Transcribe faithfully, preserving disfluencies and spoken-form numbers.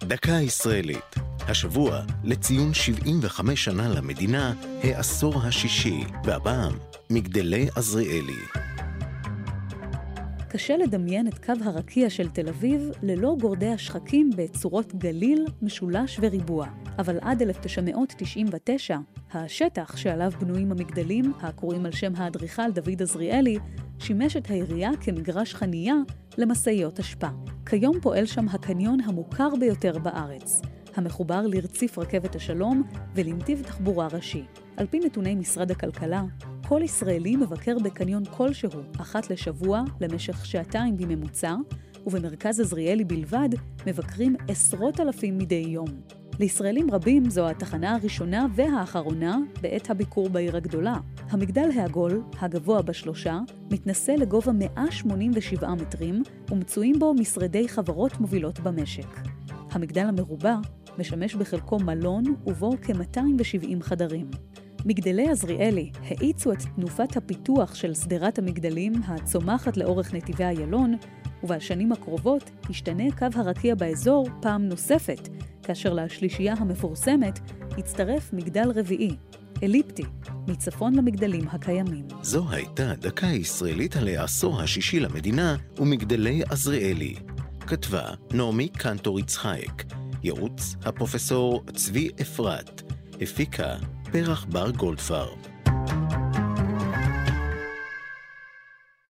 דקה ישראלית. השבוע לציון שבעים וחמש שנה למדינה, העשור השישי, והפעם מגדלי עזריאלי. קשה לדמיין את קו הרקיע של תל אביב ללא גורדי השחקים בצורות גליל, משולש וריבוע. אבל עד אלף תשע מאות תשעים ותשע, השטח שעליו בנויים המגדלים, הקרויים על שם האדריכל דוד עזריאלי, שימש את העירייה כמגרש חנייה למשאיות אשפה. כיום פועל שם הקניון המוכר ביותר בארץ, המחובר לרציף רכבת השלום ולנתיב תחבורה ראשי. על פי נתוני משרד הכלכלה, כל ישראלי מבקר בקניון כלשהו אחת לשבוע למשך שעתיים בממוצע, ובמרכז עזריאלי בלבד מבקרים עשרות אלפים מדי יום. לישראלים רבים זו התחנה הראשונה והאחרונה בעת הביקור בעיר הגדולה. המגדל העגול, הגבוה בשלושה, מתנסה לגובה מאה שמונים ושבעה מטרים, ומצויים בו משרדי חברות מובילות במשק. המגדל המרובע משמש בחלקו מלון ובו כ-מאתיים ושבעים חדרים. מגדלי עזריאלי האיצו את תנופת הפיתוח של סדרת המגדלים הצומחת לאורך נתיבי איילון, ובשנים הקרובות ישתנה קו הרקיע באזור פעם נוספת, כאשר לשלישייה המפורסמת יצטרף מגדל רביעי, אליפטי, מצפון למגדלים הקיימים. זו הייתה דקה ישראלית על העשור השישי למדינה ומגדלי עזריאלי. כתבה נעמי קנטור יצחק, ייעוץ הפרופסור צבי אפרת, הפיקה פרח בר גולדפר.